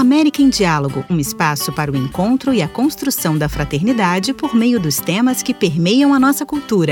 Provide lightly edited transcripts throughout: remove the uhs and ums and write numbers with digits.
América em Diálogo, um espaço para o encontro e a construção da fraternidade por meio dos temas que permeiam a nossa cultura.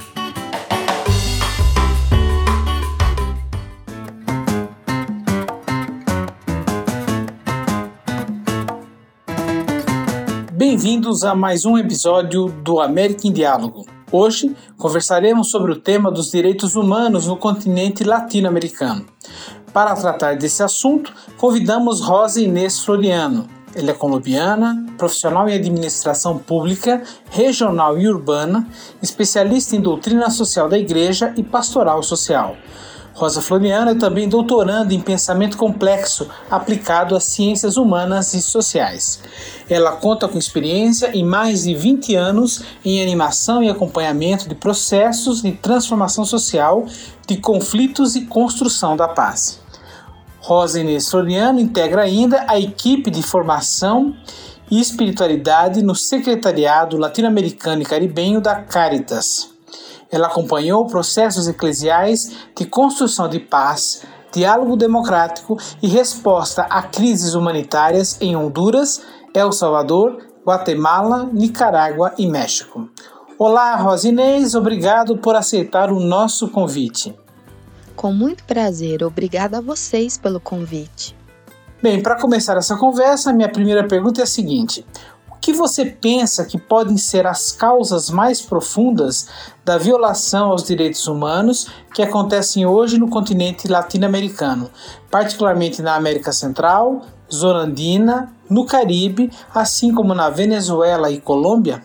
Bem-vindos a mais um episódio do América em Diálogo. Hoje conversaremos sobre o tema dos direitos humanos no continente latino-americano. Para tratar desse assunto, convidamos Rosa Inês Floriano. Ela é colombiana, profissional em administração pública, regional e urbana, especialista em doutrina social da igreja e pastoral social. Rosa Floriano é também doutoranda em pensamento complexo aplicado às ciências humanas e sociais. Ela conta com experiência em mais de 20 anos em animação e acompanhamento de processos de transformação social, de conflitos e construção da paz. Rosa Inês Floriano integra ainda a equipe de formação e espiritualidade no Secretariado Latino-Americano e Caribenho da Caritas. Ela acompanhou processos eclesiais de construção de paz, diálogo democrático e resposta a crises humanitárias em Honduras, El Salvador, Guatemala, Nicarágua e México. Olá, Rosa Inês, obrigado por aceitar o nosso convite. Com muito prazer, obrigada a vocês pelo convite. Bem, para começar essa conversa, minha primeira pergunta é a seguinte: o que você pensa que podem ser as causas mais profundas da violação aos direitos humanos que acontecem hoje no continente latino-americano, particularmente na América Central, Zona Andina, no Caribe, assim como na Venezuela e Colômbia?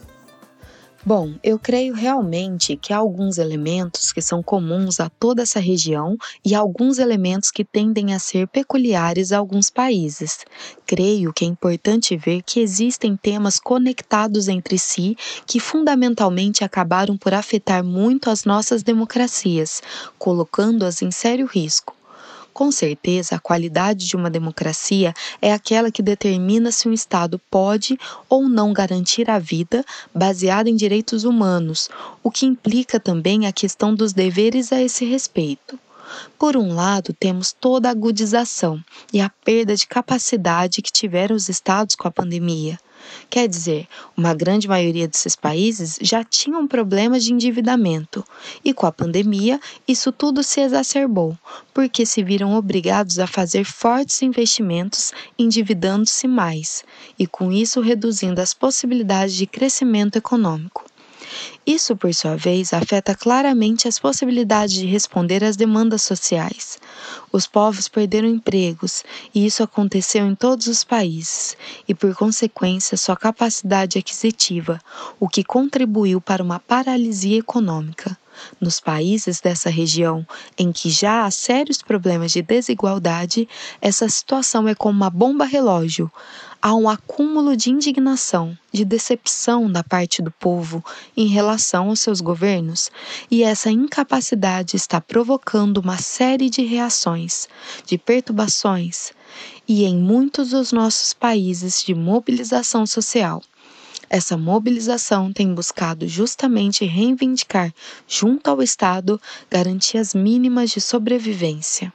Bom, eu creio realmente que há alguns elementos que são comuns a toda essa região e alguns elementos que tendem a ser peculiares a alguns países. Creio que é importante ver que existem temas conectados entre si que fundamentalmente acabaram por afetar muito as nossas democracias, colocando-as em sério risco. Com certeza, a qualidade de uma democracia é aquela que determina se um Estado pode ou não garantir a vida baseada em direitos humanos, o que implica também a questão dos deveres a esse respeito. Por um lado, temos toda a agudização e a perda de capacidade que tiveram os estados com a pandemia. Quer dizer, uma grande maioria desses países já tinham problemas de endividamento e com a pandemia isso tudo se exacerbou, porque se viram obrigados a fazer fortes investimentos endividando-se mais e com isso reduzindo as possibilidades de crescimento econômico. Isso, por sua vez, afeta claramente as possibilidades de responder às demandas sociais. Os povos perderam empregos, e isso aconteceu em todos os países, e por consequência sua capacidade aquisitiva, o que contribuiu para uma paralisia econômica. Nos países dessa região, em que já há sérios problemas de desigualdade, essa situação é como uma bomba relógio. Há um acúmulo de indignação, de decepção da parte do povo em relação aos seus governos, e essa incapacidade está provocando uma série de reações, de perturbações, e em muitos dos nossos países de mobilização social. Essa mobilização tem buscado justamente reivindicar, junto ao Estado, garantias mínimas de sobrevivência.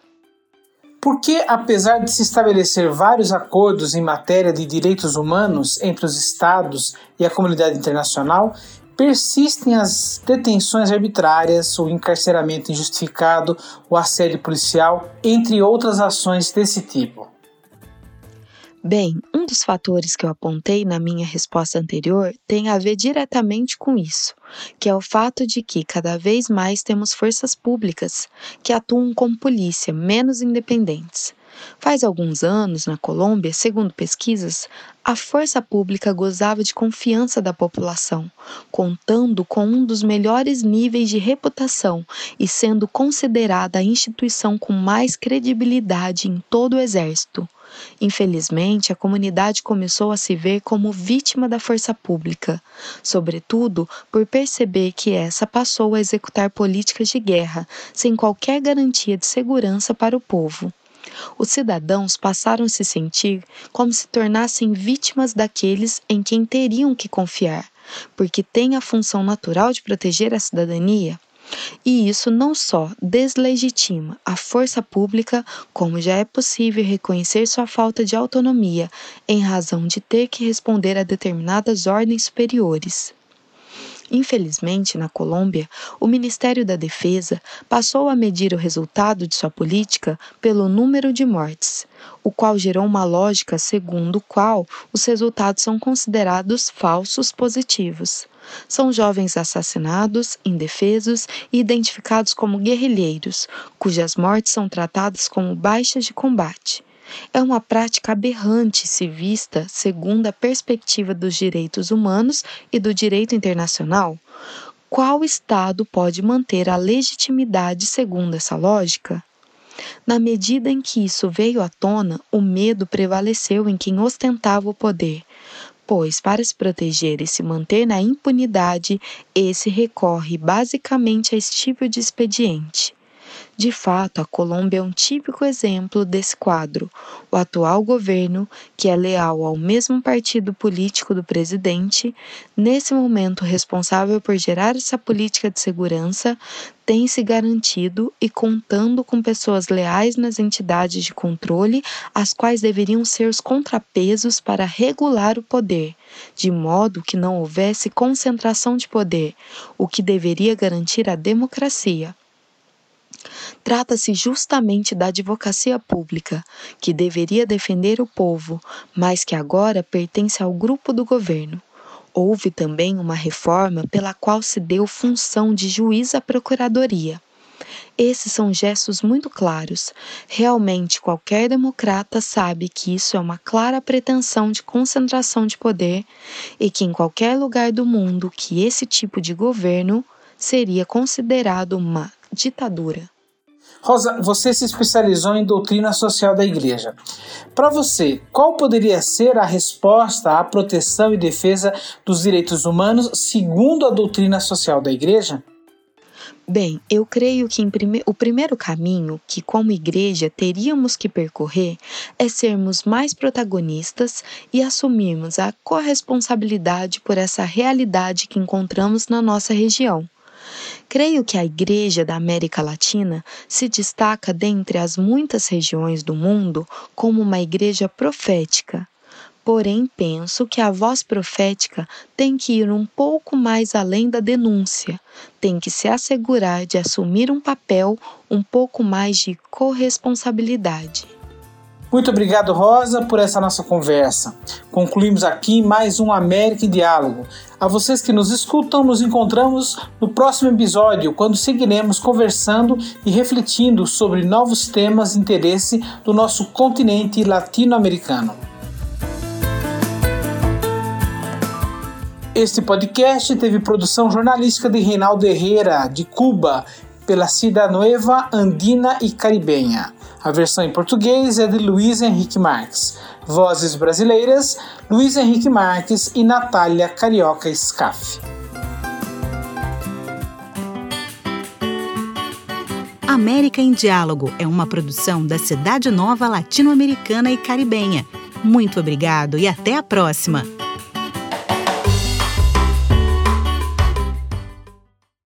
Por que, apesar de se estabelecer vários acordos em matéria de direitos humanos entre os Estados e a comunidade internacional, persistem as detenções arbitrárias, o encarceramento injustificado, o assédio policial, entre outras ações desse tipo? Bem, um dos fatores que eu apontei na minha resposta anterior tem a ver diretamente com isso, que é o fato de que cada vez mais temos forças públicas que atuam como polícia, menos independentes. Faz alguns anos, na Colômbia, segundo pesquisas, a força pública gozava de confiança da população, contando com um dos melhores níveis de reputação e sendo considerada a instituição com mais credibilidade em todo o exército. Infelizmente, a comunidade começou a se ver como vítima da força pública, sobretudo por perceber que essa passou a executar políticas de guerra, sem qualquer garantia de segurança para o povo. Os cidadãos passaram a se sentir como se tornassem vítimas daqueles em quem teriam que confiar, porque têm a função natural de proteger a cidadania. E isso não só deslegitima a força pública, como já é possível reconhecer sua falta de autonomia em razão de ter que responder a determinadas ordens superiores. Infelizmente, na Colômbia, o Ministério da Defesa passou a medir o resultado de sua política pelo número de mortes, o qual gerou uma lógica segundo a qual os resultados são considerados falsos positivos. São jovens assassinados, indefesos e identificados como guerrilheiros, cujas mortes são tratadas como baixas de combate. É uma prática aberrante se vista segundo a perspectiva dos direitos humanos e do direito internacional. Qual Estado pode manter a legitimidade segundo essa lógica? Na medida em que isso veio à tona, o medo prevaleceu em quem ostentava o poder, pois, para se proteger e se manter na impunidade, esse recorre basicamente a esse tipo de expediente. De fato, a Colômbia é um típico exemplo desse quadro. O atual governo, que é leal ao mesmo partido político do presidente, nesse momento responsável por gerar essa política de segurança, tem se garantido e contando com pessoas leais nas entidades de controle, as quais deveriam ser os contrapesos para regular o poder, de modo que não houvesse concentração de poder, o que deveria garantir a democracia. Trata-se justamente da advocacia pública, que deveria defender o povo, mas que agora pertence ao grupo do governo. Houve também uma reforma pela qual se deu função de juiz à procuradoria. Esses são gestos muito claros. Realmente, qualquer democrata sabe que isso é uma clara pretensão de concentração de poder e que em qualquer lugar do mundo que esse tipo de governo seria considerado uma ditadura. Rosa, você se especializou em doutrina social da Igreja. Para você, qual poderia ser a resposta à proteção e defesa dos direitos humanos segundo a doutrina social da Igreja? Bem, eu creio que o primeiro caminho que, como igreja, teríamos que percorrer é sermos mais protagonistas e assumirmos a corresponsabilidade por essa realidade que encontramos na nossa região. Creio que a Igreja da América Latina se destaca dentre as muitas regiões do mundo como uma igreja profética. Porém, penso que a voz profética tem que ir um pouco mais além da denúncia, tem que se assegurar de assumir um papel um pouco mais de corresponsabilidade. Muito obrigado, Rosa, por essa nossa conversa. Concluímos aqui mais um América em Diálogo. A vocês que nos escutam, nos encontramos no próximo episódio, quando seguiremos conversando e refletindo sobre novos temas de interesse do nosso continente latino-americano. Este podcast teve produção jornalística de Reinaldo Herrera, de Cuba, pela Cidade Nueva Andina e Caribenha. A versão em português é de Luiz Henrique Marques. Vozes brasileiras, Luiz Henrique Marques e Natália Carioca Scaff. América em Diálogo é uma produção da Cidade Nova Latino-Americana e Caribenha. Muito obrigado e até a próxima!